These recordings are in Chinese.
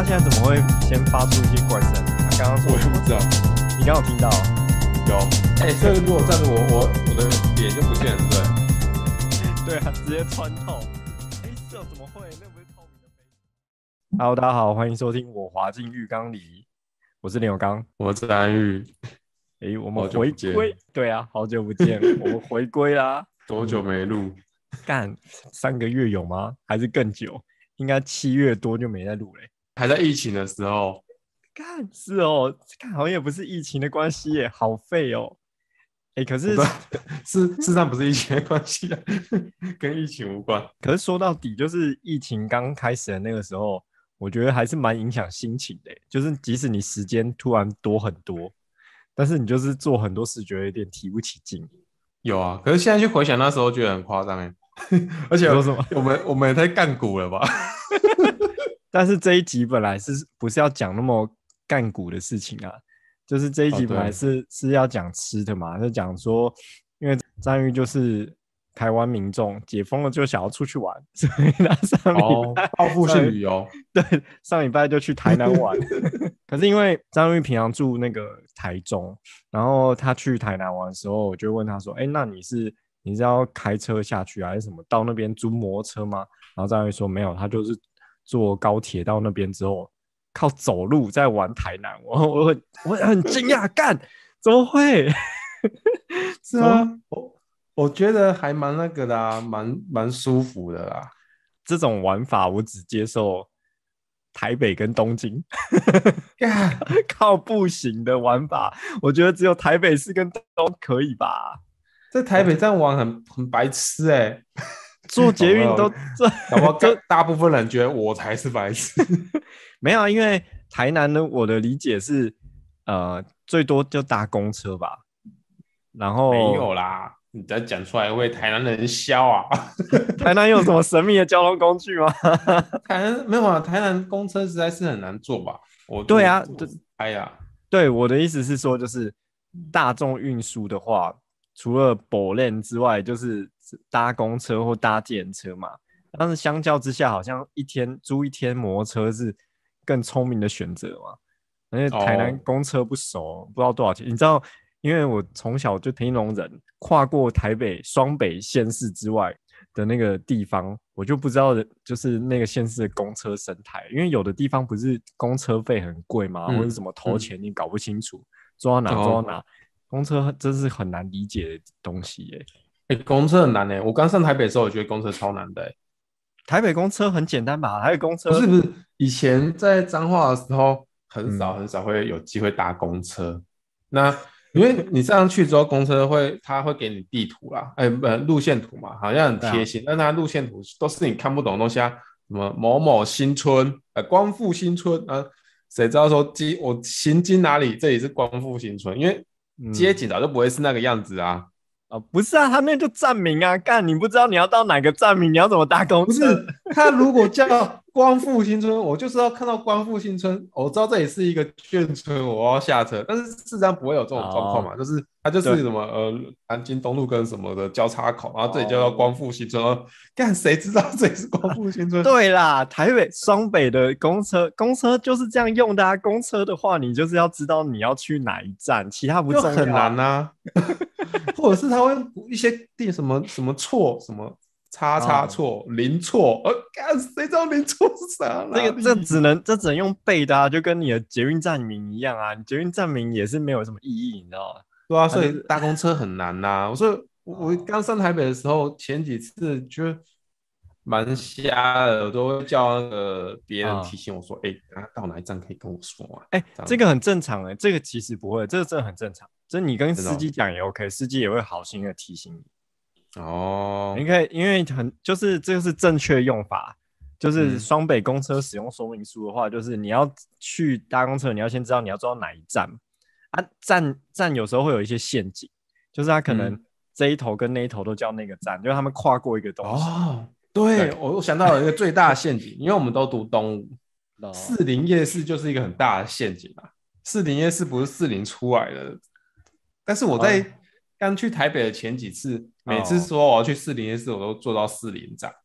他现在怎么会先发出一些怪声？他刚刚说我也不知道， 你刚刚有听到？ 有。所以如果这样子我的脸就不见了，对。 对啊，直接穿透。是哦，怎么会？那不是透明的杯子。Hello， 大家好，欢迎收听我滑进浴缸里，我是林友刚， 我是安玉。 我们回归，对啊，好久不见，我们回归啦。 多久没录？ 干3个月有吗？还是更久？应该7月多就没在录嘞。 还在疫情的时候。 干是哦，干好像也不是疫情的关系耶，好废哦。可是事实上不是疫情的关系啊，跟疫情无关。 可是说到底，就是疫情刚开始的那个时候，我觉得还是蛮影响心情的。就是即使你时间突然多很多，但是你就是做很多事觉得有点提不起劲。 有啊，可是现在去回想那时候觉得很夸张哎，而且我们也太干股了吧？ 但是这一集本来不是要讲那么干股的事情啊？就是这一集本来是要讲吃的嘛，就讲说，因为张玉就是台湾民众解封了就想要出去玩，所以他上礼拜报复性旅游， 对，上礼拜就去台南玩。可是因为张玉平常住那个台中，然后他去台南玩的时候，我就问他说：“那你是要开车下去还是什么？到那边租摩托车吗？”然后张玉说没有，他就是坐高铁到那边之后。靠走路在玩台南，我很惊讶，干怎么会？ 是啊，我觉得还蛮那个的啊，蛮舒服的啦。 这种玩法我只接受台北跟东京，靠步行的玩法，我觉得只有台北市跟东可以吧。 在台北这样玩很白痴欸。 坐捷运都搞不好大部分人觉得我才是白痴。 没有啊，因为台南呢，我的理解是，最多就搭公车吧。然后没有啦，你再讲出来为台南人笑啊！ 台南有什么神秘的交通工具吗？ 台南没有啊，台南公车实在是很难坐吧？ 对啊，对，我的意思是说，就是大众运输的话，除了保练之外，就是搭公车或搭计程车嘛。但是相较之下，好像租一天摩托车是更聪明的选择嘛。而且台南公车不熟，不知道多少钱。你知道，因为我从小就天龙人，跨过台北双北县市之外的那个地方，我就不知道就是那个县市的公车生态。因为有的地方不是公车费很贵吗？或者什么投钱你搞不清楚，坐到哪。公车真是很难理解的东西耶。 公车很难耶。我刚上台北的时候，我觉得公车超难的耶。 台北公车很简单吧？台北公车不是，以前在彰化的时候，很少会有机会搭公车。那因为你上去之后，公车它会给你地图啦，路线图嘛，好像很贴心。但它路线图都是你看不懂的东西啊，什么某某新村，光复新村啊，谁知道说我行经哪里，这里是光复新村，因为街景早就不会是那个样子啊。 不是啊，他那就站名啊，干你不知道你要到哪个站名，你要怎么搭公车？ 不是，他如果叫光复新村，我就是要看到光复新村，我知道这里是一个眷村，我要下车。但是事实上不会有这种状况嘛，就是它就是什么南京东路跟什么的交叉口，然后这里叫光复新村。干谁知道这里是光复新村？ 对啦，台北双北的公车就是这样用的啊。公车的话，你就是要知道你要去哪一站，其他不重要啊。 就很难啊。或者是他会一些什么错什么叉错零错，谁知道零错是啥？ 这只能用背的啊，就跟你的捷运站名一样啊。你捷运站名也是没有什么意义，你知道吗？ 对啊，所以搭公车很难呐。我刚上台北的时候，前几次就蛮瞎的，我都会叫那个别人提醒我说：“到哪一站可以跟我说啊？” 这个很正常这个其实不会，这个真的很正常。这你跟司机讲也 OK， 司机也会好心的提醒你。你可以，因为就是这个是正确用法，就是双北公车使用说明书的话，就是你要去搭公车，你要先知道你要坐到哪一站啊。站有时候会有一些陷阱，就是他可能这一头跟那一头都叫那个站，就是他们跨过一个东西。 对，我想到了一个最大的陷阱，因为我们都读东吴，士林夜市就是一个很大的陷阱啊。士林夜市不是士林出来的。但是我在刚去台北的前几次，每次说我要去士林夜市，我都坐到士林站。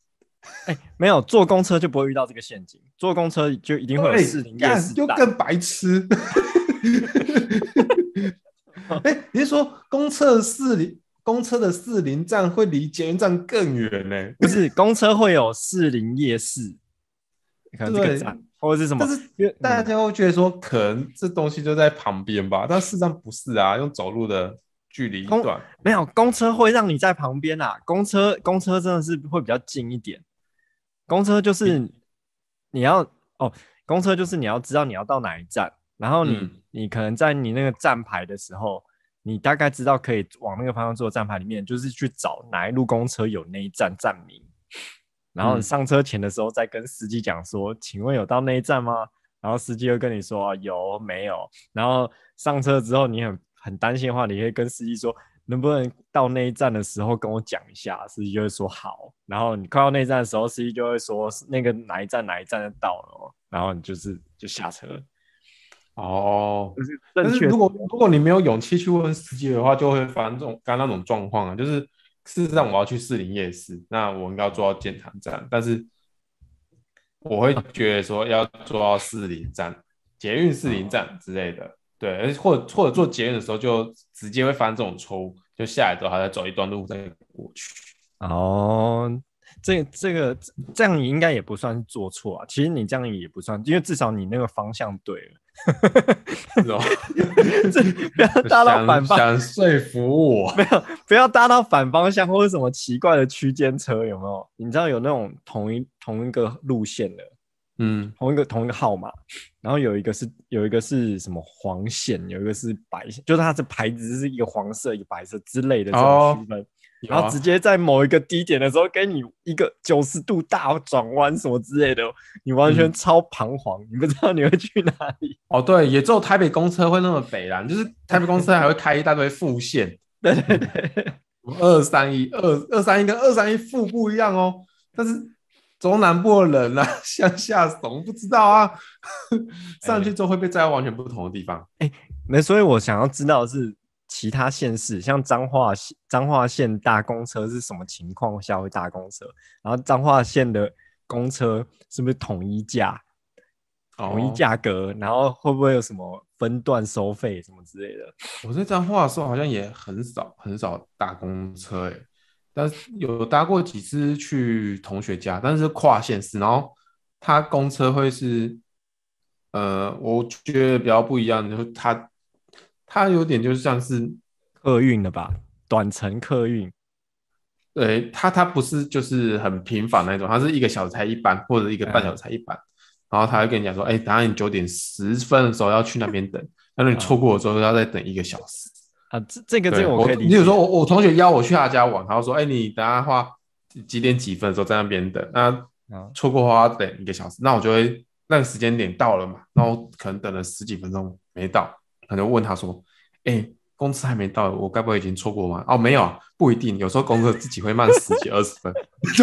没有坐公车就不会遇到这个陷阱，坐公车就一定会有士林夜市站， 就更白痴。你是说公车的士林站会离捷运站更远呢？ 不是，公车会有士林夜市，可能这个站或者是什么？ 但是大家会觉得说，可能这东西就在旁边吧，但事实上不是啊，用走路的距离一段， 没有公车会让你在旁边啊，公车真的是会比较近一点，公车就是你要公车就是你要知道你要到哪一站，然后你可能在你那个站牌的时候，你大概知道可以往那个方向坐的站牌里面，就是去找哪一路公车有那一站站名，然后你上车前的时候再跟司机讲说，请问有到那一站吗？然后司机会跟你说有没有，然后上车之后你很担心的话，你可以跟司机说能不能到那一站的时候跟我讲一下，司机就会说好，然后你快到那一站的时候，司机就会说那个哪一站就到了然后你就下车。 但是如果你没有勇气去问司机的话，就会发生刚刚那种状况啊，就是事实上我要去士林夜市，那我应该要坐到建潭站，但是我会觉得说要坐到士林站、捷运士林站之类的，对，或者坐捷运的时候就直接会发生这种错误，就下来之后还要走一段路再过去。 这样你应该也不算做错啊。其实你这样也不算，因为至少你那个方向对了。 是哦， 不要搭到反方向，想说服我。 没有，不要搭到反方向或者什么奇怪的区间车，有没有？你知道有那种同一个路线的，同一个号码，然后有一个是什么黄线，有一个是白线，就是它的牌子是一个黄色一个白色之类的这种区分。然后直接在某一个低点的时候给你一个90度大转弯什么之类的，你完全超彷徨，你不知道你会去哪里。 对，也只有台北公车会那么北蓝，就是台北公车还会开一大堆副线。 对对对 ，231跟231副不一样哦。但是中南部的人啊，乡下怂不知道啊，上去之后会被载到完全不同的地方。 所以我想要知道的是其他县市，像彰化县搭公车是什么情况下会搭公车？然后彰化县的公车是不是统一价、统一价格？然后会不会有什么分段收费什么之类的？ 我在彰化的时候好像也很少搭公车但是有搭过几次去同学家，但是跨县市，然后他公车会是我觉得比较不一样，就是它有点就是像是客运的吧，短程客运。 对，它不是就是很频繁那种，它是1个小时才一班，或者1个半小时才一班。然后他会跟你讲说，等下你9点10分的时候要去那边等，那你错过了之后要再等1个小时。 这个我可以理解。 比如说我同学邀我去他家玩，他说，你等下的话几点几分的时候在那边等，那错过的话要等1个小时，那我就会那个时间点到了嘛，然后可能等了10几分钟没到，他就问他说，公车还没到，我该不会已经错过吗？没有啊，不一定，有时候公车自己会慢10几20分，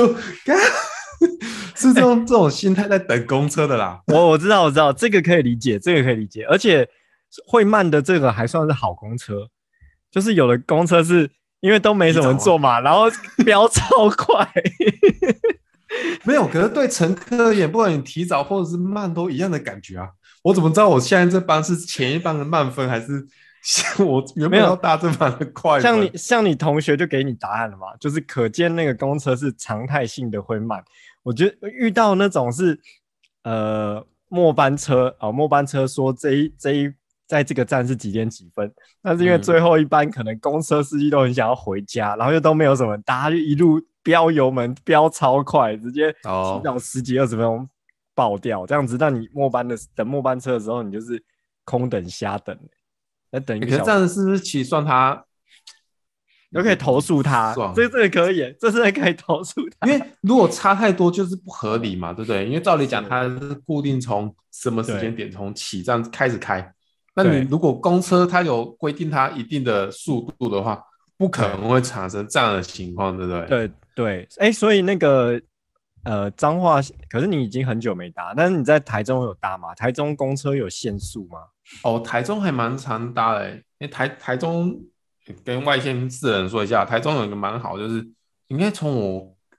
就是这种心态在等公车的啦。 我知道，这个可以理解，而且会慢的这个还算是好公车，就是有的公车是因为都没什么坐嘛，然后飙超快。 没有，可是对乘客而言，不管你提早或者是慢，都一样的感觉啊。我怎么知道我现在这班是前一班的慢分，还是我原本要搭这班的快分？ 像你同学就给你答案了嘛，就是可见那个公车是常态性的会慢。我觉得遇到那种是末班车说在这个站是几点几分，但是因为最后一班可能公车司机都很想要回家，然后又都没有什么，大家就一路飙油门飙超快，直接提早10几20分钟爆掉，这样子让你等末班车的时候，你就是空等瞎等，再等1个小时。 可是这样是不是其实算他？ 都可以投诉他，这个可以，这是可以投诉他。 因为如果差太多就是不合理嘛，对不对？因为照理讲它是固定从什么时间点从起站开始开，那你如果公车它有规定它一定的速度的话，不可能会产生这样的情况，对不对？ 对，所以那个彰化，可是你已经很久没搭，但是你在台中有搭吗？台中公车有限速吗？ 台中还蛮常搭的，因为台中。跟外县市的人说一下，台中有一个蛮好，就是应该从我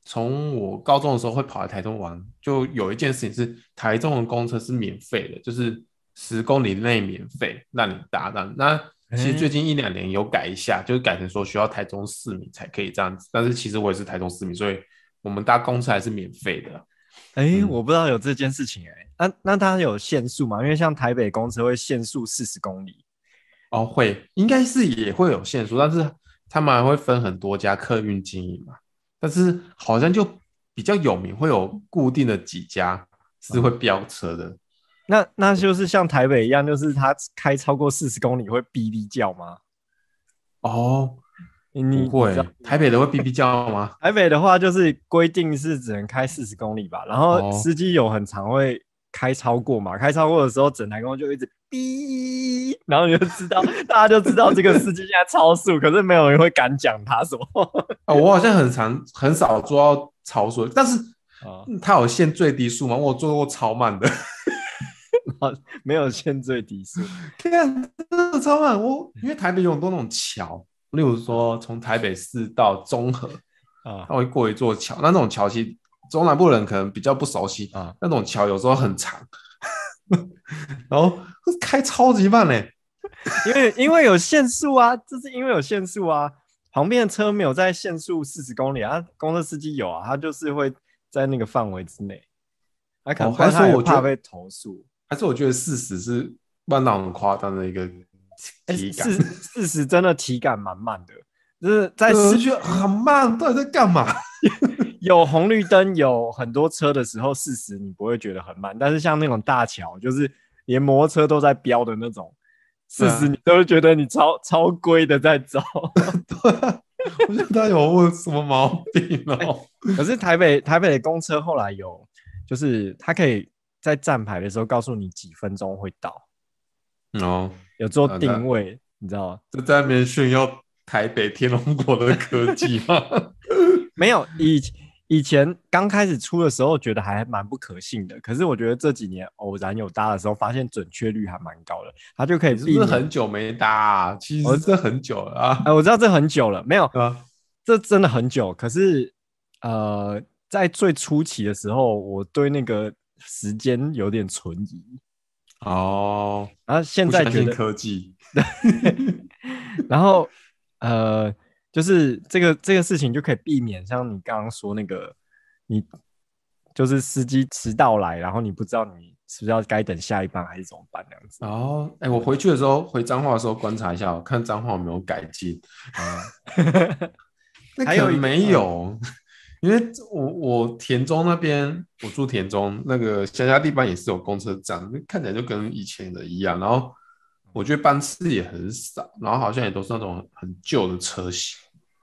从我高中的时候会跑来台中玩，就有一件事情是台中的公车是免费的，就是10公里内免费让你搭。那其实最近1、2年有改一下，就是改成说需要台中市民才可以这样子。但是其实我也是台中市民，所以我们搭公车还是免费的。 我不知道有这件事情那它有限速吗？因为像台北公车会限速40公里。 哦，会，应该是也会有限速，但是他们还会分很多家客运经营嘛。但是好像就比较有名，会有固定的几家是会飙车的。 那就是像台北一样，就是它开超过40公里会哔哔叫吗？ 哦， 你不会， 知道台北的会哔哔叫吗？ 台北的话就是规定是只能开40公里吧，然后哦， 司机有很常会开超过嘛，开超过的时候整台公车就一直哔，然后你就知道大家就知道这个司机现在超速，可是没有人会敢讲他什么。 我好像很少做到超速，但是他有限最低速吗？我做过超慢的。 没有限最低速。 天啊，真的超慢！因为台北有很多那种桥，例如说从台北市到中和，它会过一座桥。那种桥其实中南部人可能比较不熟悉，那种桥有时候很长，然后开超级慢嘞。 因为有限速啊，这是因为有限速啊，旁边的车没有在限速40公里啊，公车司机有啊，他就是会在那个范围之内，他可能不然他也怕被投诉。 还是我觉得40是慢到很夸张的一个体感 ，40真的体感蛮慢的，就是在市区很慢，到底在干嘛？ 有红绿灯有很多车的时候，40你不会觉得很慢，但是像那种大桥，就是连摩托车都在飙的那种，40你都会觉得你超龟的在走。 对啊，我觉得他有问什么毛病哦。 可是台北的公车后来有，就是它可以在站牌的时候告诉你几分钟会到。有做定位，你知道吗？ 就在那边炫耀台北天龙国的科技吗？ 没有，以前刚开始出的时候觉得还蛮不可信的，可是我觉得这几年偶然有搭的时候，发现准确率还蛮高的，它就可以避免。 是不是很久没搭啊？其实这很久了啊。 我知道这很久了，没有，这真的很久。可是在最初期的时候，我对那个时间有点存疑。然后现在觉得科技， 然后就是这个事情就可以避免，像你刚刚说那个，你就是司机迟到来，然后你不知道你是不是要该等下一班还是怎么办这样子。 我回去的时候回彰化的时候观察一下，看彰化有没有改进。那可能没有。因为我田中那边，我住田中，那个乡下地方也是有公车站，看起来就跟以前的一样。然后我觉得班次也很少，然后好像也都是那种很旧的车型。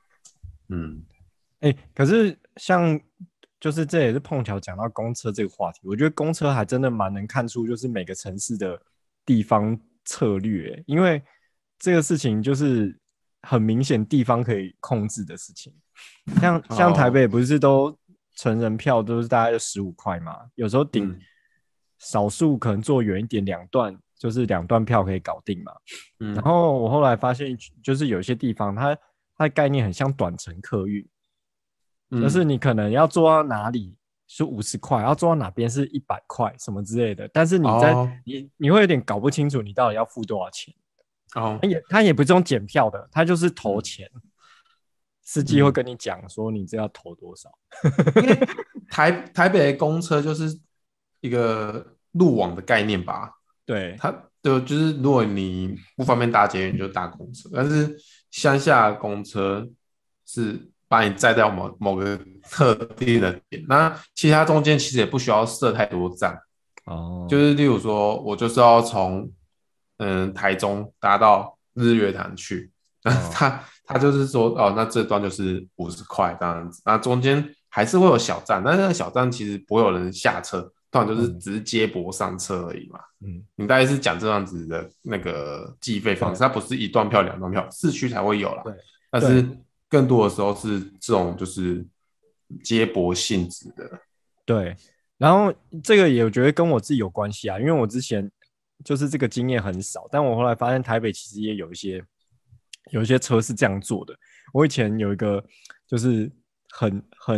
可是像就是这也是碰巧讲到公车这个话题，我觉得公车还真的蛮能看出就是每个城市的地方策略，因为这个事情就是很明显地方可以控制的事情。像台北不是都成人票都是大概就15块嘛，有时候顶少数可能坐远一点2段，就是2段票可以搞定嘛。然后我后来发现，就是有些地方它的概念很像短程客运，就是你可能要坐到哪里是50块，要坐到哪边是100块什么之类的，但是你会有点搞不清楚你到底要付多少钱。他也不是用检票的，他就是投钱。司机会跟你讲说你这要投多少。 因为台北的公车就是一个路网的概念吧。 对， 就是如果你不方便搭捷运就搭公车，但是乡下的公车是把你载到某个特定的点，那其他中间其实也不需要设太多站。就是例如说我就是要从台中搭到日月潭去，他就是说那这段就是50块这样子，那中间还是会有小站，但是那个小站其实不会有人下车，通常就是只是接驳上车而已嘛。你大概是讲这样子的那个计费方式，它不是1段票2段票，市区才会有啦。但是更多的时候是这种就是接驳性质的。 对，然后这个也我觉得跟我自己有关系啊，因为我之前就是这个经验很少，但我后来发现台北其实也有一些车是这样做的。我以前有一个就是很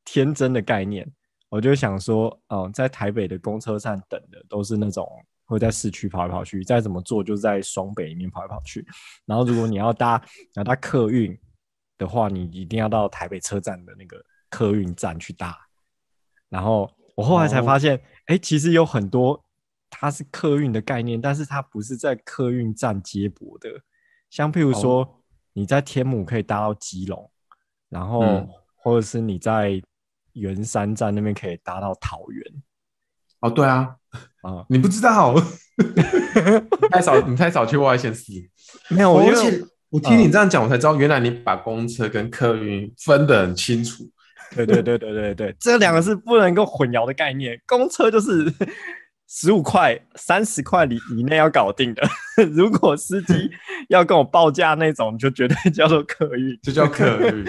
天真的概念，我就想说，在台北的公车站等的都是那种会在市区跑来跑去，再怎么坐就在双北里面跑来跑去。然后如果你要搭客运的话，你一定要到台北车站的那个客运站去搭。然后我后来才发现，其实有很多它是客运的概念，但是它不是在客运站接驳的。像譬如说，你在天母可以搭到基隆，然后或者是你在圆山站那边可以搭到桃园。 对啊，你不知道，你太少去外县市。 没有， 而且我听你这样讲，我才知道原来你把公车跟客运分得很清楚。 对，这两个是不能够混淆的概念。公车就是15块、30块以内要搞定的。如果司机要跟我报价那种，就绝对叫做客运， 就叫客运。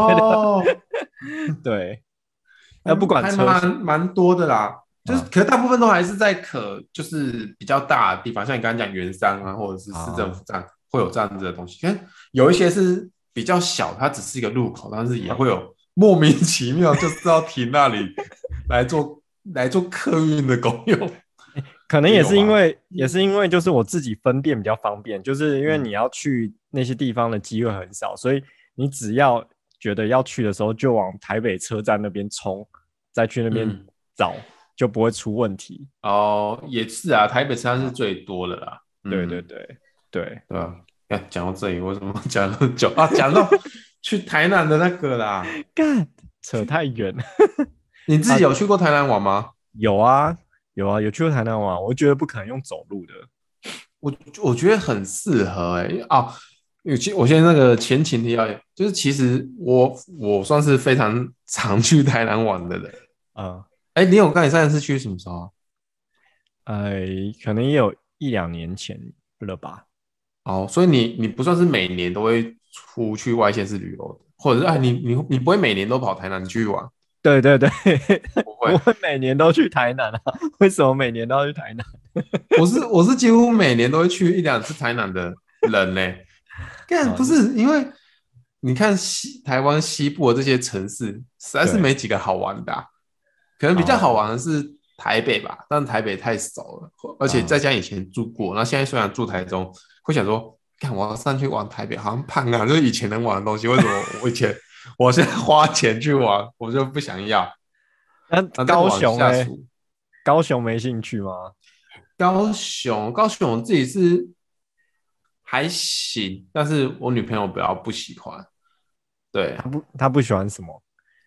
对，要不管车还蛮多的啦。可是大部分都还是在就是比较大的地方，像你刚才讲圆山啊，或者是市政府站会有这样子的东西。有一些是比较小，它只是一个路口，但是也会有莫名其妙就知道停那里来做客运的功用。 可能也是因为就是我自己分辨比较方便，就是因为你要去那些地方的机会很少，所以你只要觉得要去的时候，就往台北车站那边冲，再去那边找。就不会出问题。 也是啊，台北车站是最多的啦。 对啊。讲到这里，为什么讲那么久啊？讲到去台南的那个啦， 干扯太远。 你自己有去过台南玩吗？ 有啊，有去过台南玩。我觉得不可能用走路的。 我觉得很适合我现在那个前情提要，就是其实我算是非常常去台南玩的人。你有刚才上一次去什么时候啊？ 可能也有1-2年前了吧。 所以你不算是每年都会出去外县市旅游的，或者是你不会每年都跑台南去玩？ 对，不会每年都去台南啊？为什么每年都要去台南？ 我是几乎每年都会去1-2次台南的人呢。不是因为你看台湾西部的这些城市，实在是没几个好玩的。可能比较好玩的是台北吧，但台北太少了，而且在家以前住过，那现在虽然住台中，会想说，看我要上去玩台北，好像胖啊，就是以前能玩的东西，为什么我现在花钱去玩，我就不想要？ 那高雄呢？高雄没兴趣吗？ 高雄我自己是还行，但是我女朋友比较不喜欢。对， 她不喜欢什么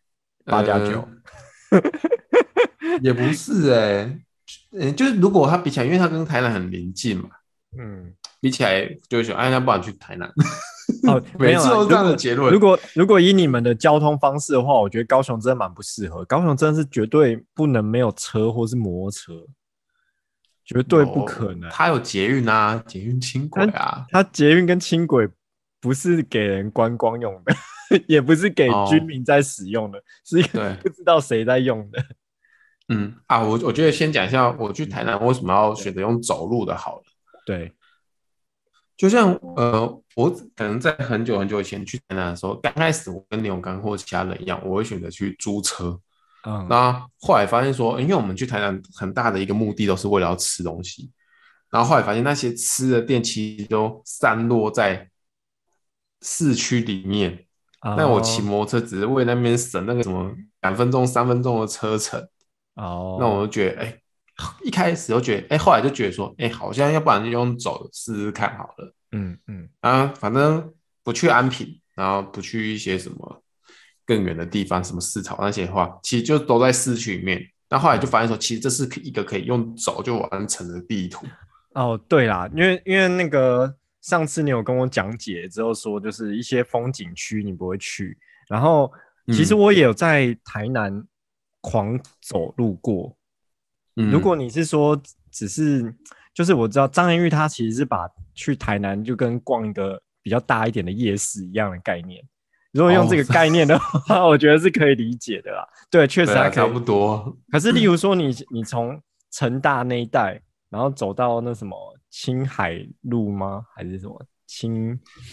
？8+9。 也不是就是如果他比起来，因为他跟台南很临近嘛，比起来就会想，那不然去台南。每次都这样的结论。 如果以你们的交通方式的话，我觉得高雄真的蛮不适合。高雄真的是绝对不能没有车或是摩托车，绝对不可能。 它有捷运啊，捷运轻轨啊。 它捷运跟轻轨不是给人观光用的，也不是给居民在使用的，是一个不知道谁在用的。 我觉得先讲一下我去台南为什么要选择用走路的好了。 对， 就像我可能在很久很久以前去台南的时候，刚开始我跟牛刚或其他人一样，我会选择去租车。那后来发现说，因为我们去台南很大的一个目的都是为了要吃东西，然后后来发现那些吃的店其实都散落在市区里面。那我骑摩托车只是为那边省那个什么2分钟3分钟的车程。那我就觉得一开始就觉得后来就觉得说好像要不然就用走试试看好了。反正不去安平，然后不去一些什么更远的地方，什么市草那些的话，其实就都在市区里面。那后来就发现说，其实这是一个可以用走就完成的地图。 对啦，因为那个上次你有跟我讲解之后说，就是一些风景区你不会去，然后其实我也有在台南狂走路过。如果你是说只是就是我知道张颜玉他其实是把去台南就跟逛一个比较大一点的夜市一样的概念。如果用这个概念的话，我觉得是可以理解的啦。对，确实还可以差不多。 可是例如说你从成大那一带，然后走到那什么青海路吗？还是什么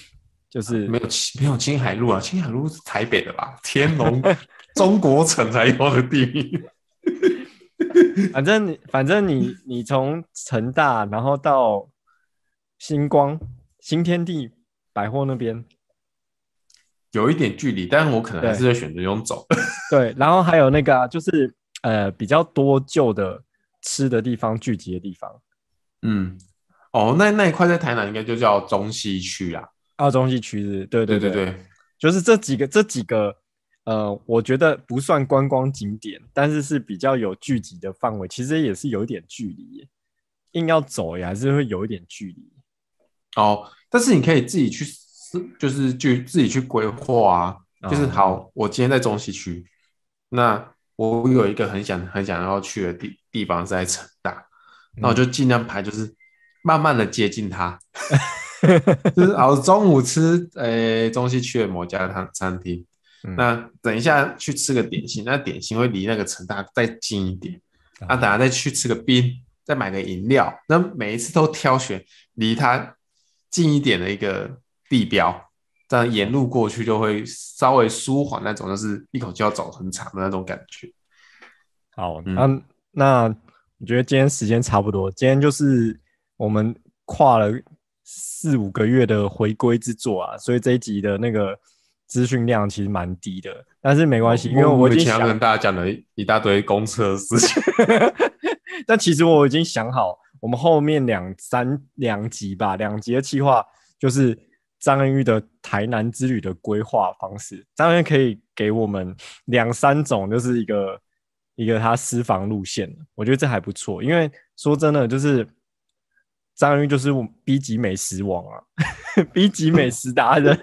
就是没有青海路啊，青海路是台北的吧？天龙中国城才有的地名。 反正你从成大然后到星光新天地百货那边， 有一点距离，但是我可能还是对会选择用走。 对，然后还有那个就是比较多旧的吃的地方聚集的地方。 哦，那一块在台南应该就叫中西区啊。 中西区是，对对对， 对对对， 就是这几个我觉得不算观光景点，但是是比较有聚集的范围，其实也是有一点距离耶，硬要走也还是会有一点距离。 哦，但是你可以自己去，就是自己去规划啊。就是好，我今天在中西区，那我有一个很想要去的地方是在成大，那我就尽量排，就是慢慢的接近它。就是好，中午吃中西区的某家餐厅，那等一下去吃个点心，那点心会离那个成大再近一点，那等下再去吃个冰，再买个饮料，那每一次都挑选离它近一点的一个地标，这样沿路过去就会稍微舒缓那种就是一口气要走很长的那种感觉。 好，那我觉得今天时间差不多，今天就是我们跨了4-5个月的回归之作啊，所以这一集的那个资讯量其实蛮低的，但是没关系，因为我已经想跟大家讲了一大堆公车的事情。 但其实我已经想好，我们后面两集的企划就是张恩玉的台南之旅的规划方式。张恩玉可以给我们2-3种，就是一个他私房路线，我觉得这还不错。因为说真的，就是张恩玉就是B 级美食王啊，B 级美食达人。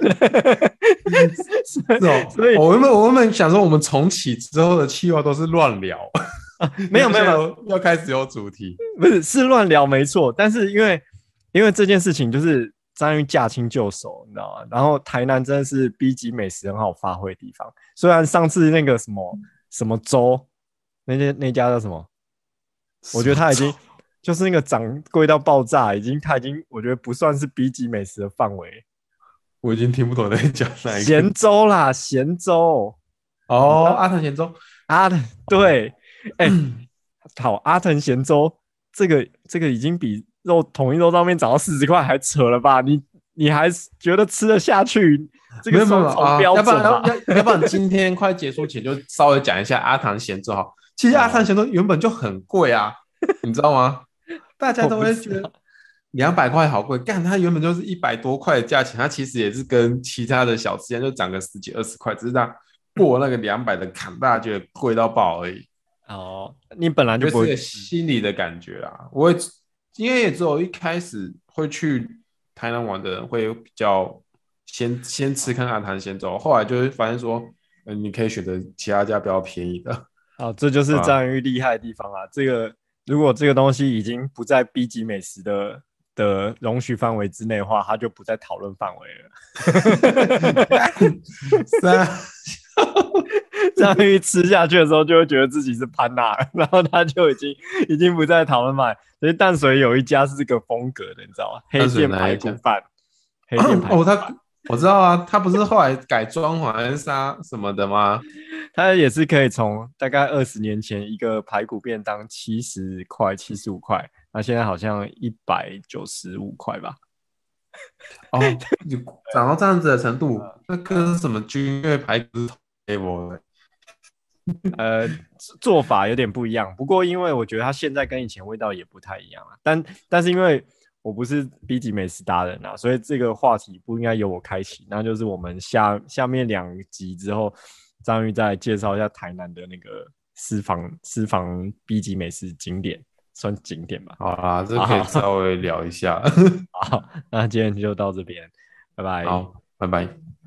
所以我原本想说，我们重启之后的企划都是乱聊。 没有， 要开始有主题， 不是乱聊没错，但是因为这件事情就是张玉驾轻就熟，你知道吗？然后台南真的是 B 级美食很好发挥的地方，虽然上次那个什么粥，那家叫什么？我觉得他已经就是那个掌柜到爆炸，他已经我觉得不算是 B 级美食的范围。 我已经听不懂在讲哪一个咸粥啦，咸粥哦，阿腾咸粥， 对。好，阿腾咸粥这个已经比统一肉燥面涨到40块还扯了吧？你还觉得吃得下去？这个双重标准吧？ 要不然今天快结束前就稍微讲一下阿腾咸粥好。其实阿腾咸粥原本就很贵啊，你知道吗？大家都会觉得200块好贵，干它原本就是100多块的价钱，它其实也是跟其他的小吃店就涨个10几20块，只是它过那个200的坎，大家觉得贵到爆而已。 哦，你本来就不会， 是个心理的感觉啦。因为也只有一开始会去台南玩的人会比较先吃看阿谈先走，后来就会发现说，你可以选择其他家比较便宜的。 好，这就是张玉厉害的地方啊！如果这个东西已经不在 B 级美食的容许范围之内的话，它就不在讨论范围了。 是啊。 张玉吃下去的时候，就会觉得自己是潘娜，然后他就已经不在讨论范围。所以淡水有一家是这个风格的，你知道吗？黑店排骨饭。黑店排骨饭我知道啊，他不是后来改装潢还是什么的吗？ 他也是可以从大概20年前一个排骨便当70块、75块，那现在好像195块吧。 哦，涨到这样子的程度，那跟什么君越排骨做法有点不一样，不过因为我觉得它现在跟以前味道也不太一样了，但是因为我不是 B 级美食达人啊，所以这个话题不应该由我开启，那就是我们下面2集之后，张玉再介绍一下台南的那个私房 B 级美食景点，算景点吧。 好啦，这可以稍微聊一下。 好，那今天就到这边，拜拜。 好，拜拜。